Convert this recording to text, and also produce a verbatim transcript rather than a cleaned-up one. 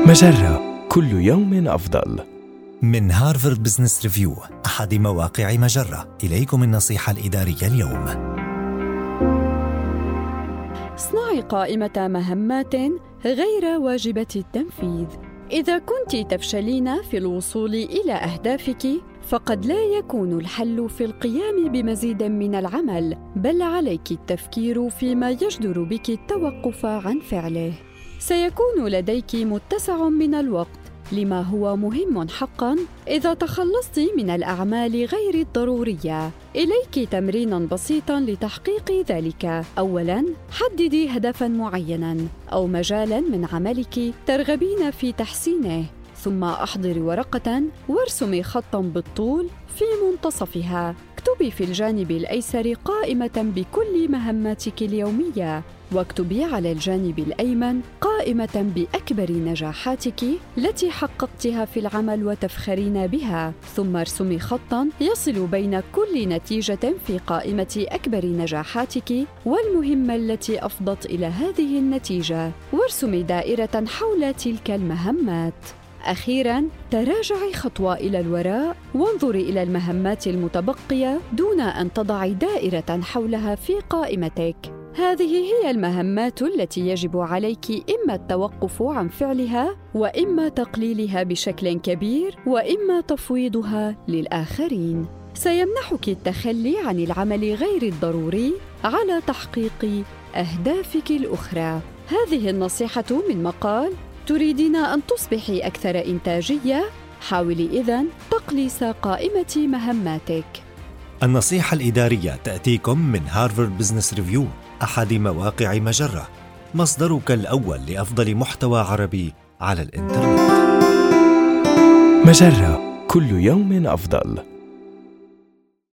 مجرة، كل يوم أفضل. من هارفارد بزنس ريفيو، أحد مواقع مجرة، إليكم النصيحة الإدارية اليوم. اصنعي قائمة مهمات غير واجبة التنفيذ. إذا كنت تفشلين في الوصول إلى أهدافك، فقد لا يكون الحل في القيام بمزيد من العمل، بل عليك التفكير فيما يجدر بك التوقف عن فعله. سيكون لديك متسع من الوقت لما هو مهم حقاً إذا تخلصت من الأعمال غير الضرورية. إليك تمريناً بسيطاً لتحقيق ذلك. أولاً، حددي هدفاً معيناً أو مجالاً من عملك ترغبين في تحسينه، ثم أحضري ورقة وارسمي خطاً بالطول في منتصفها. اكتبي في الجانب الأيسر قائمة بكل مهماتك اليومية، واكتبي على الجانب الأيمن قائمة بأكبر نجاحاتك التي حققتها في العمل وتفخرين بها، ثم ارسمي خطاً يصل بين كل نتيجة في قائمة أكبر نجاحاتك والمهمة التي أفضت إلى هذه النتيجة، وارسمي دائرة حول تلك المهمات. أخيراً، تراجعي خطوة إلى الوراء وانظري إلى المهمات المتبقية دون أن تضعي دائرة حولها في قائمتك. هذه هي المهمات التي يجب عليك إما التوقف عن فعلها، وإما تقليلها بشكل كبير، وإما تفويضها للآخرين. سيمنحك التخلي عن العمل غير الضروري على تحقيق أهدافك الأخرى. هذه النصيحة من مقال تريدين أن تصبحي أكثر إنتاجية؟ حاولي إذن تقليص قائمة مهماتك. النصيحة الإدارية تأتيكم من هارفارد بزنس ريفيو، أحد مواقع مجرة، مصدرك الأول لأفضل محتوى عربي على الإنترنت. مجرة، كل يوم أفضل.